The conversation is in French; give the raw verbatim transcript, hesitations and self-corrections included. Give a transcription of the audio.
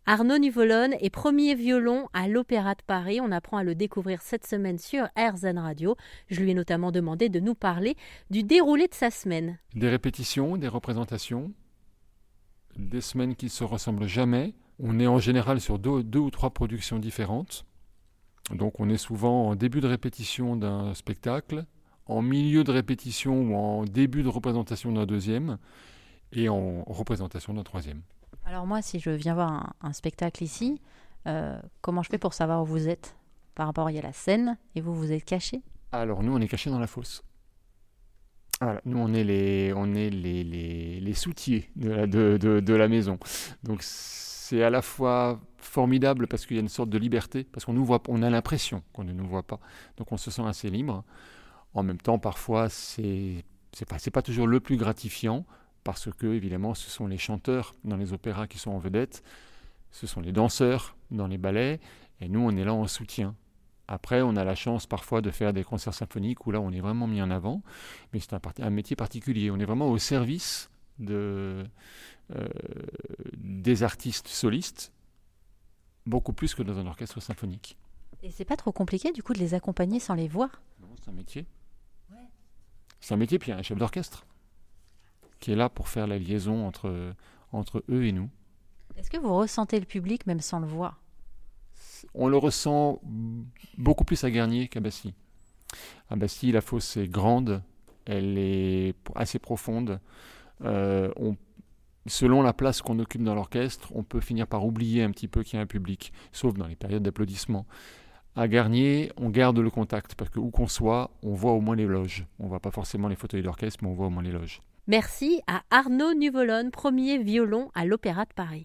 Arnaud Nuvolone est premier violon à l'Opéra de Paris. On apprend à le découvrir cette semaine sur R Z N Radio. Je lui ai notamment demandé de nous parler du déroulé de sa semaine. Des répétitions, des représentations, des semaines qui ne se ressemblent jamais. On est en général sur deux, deux ou trois productions différentes. Donc on est souvent en début de répétition d'un spectacle, en milieu de répétition ou en début de représentation d'un deuxième et en représentation d'un troisième. Alors moi, si je viens voir un, un spectacle ici, euh, comment je fais pour savoir où vous êtes? Par rapport, il y a la scène et vous, vous êtes caché? Alors nous, on est cachés dans la fosse. Voilà, nous, on est les, on est les, les, les soutiers de la, de, de, de la maison. Donc c'est à la fois formidable parce qu'il y a une sorte de liberté, parce qu'on nous voit, on a l'impression qu'on ne nous voit pas. Donc on se sent assez libre. En même temps, parfois, c'est, c'est pas, c'est pas toujours le plus gratifiant, parce que, évidemment, ce sont les chanteurs dans les opéras qui sont en vedette, ce sont les danseurs dans les ballets, et nous, on est là en soutien. Après, on a la chance parfois de faire des concerts symphoniques où là, on est vraiment mis en avant, mais c'est un, un métier particulier. On est vraiment au service de, euh, des artistes solistes, beaucoup plus que dans un orchestre symphonique. Et c'est pas trop compliqué, du coup, de les accompagner sans les voir? Non, c'est un métier. Ouais. C'est un métier, puis il y a un chef d'orchestre qui est là pour faire la liaison entre, entre eux et nous. Est-ce que vous ressentez le public même sans le voir? On le ressent beaucoup plus à Garnier qu'à Bastille. À Bastille, la fosse est grande, elle est assez profonde. Euh, on, selon la place qu'on occupe dans l'orchestre, on peut finir par oublier un petit peu qu'il y a un public, sauf dans les périodes d'applaudissements. À Garnier, on garde le contact, parce que où qu'on soit, on voit au moins les loges. On ne voit pas forcément les fauteuils d'orchestre, mais on voit au moins les loges. Merci à Arnaud Nuvolone, premier violon à l'Opéra de Paris.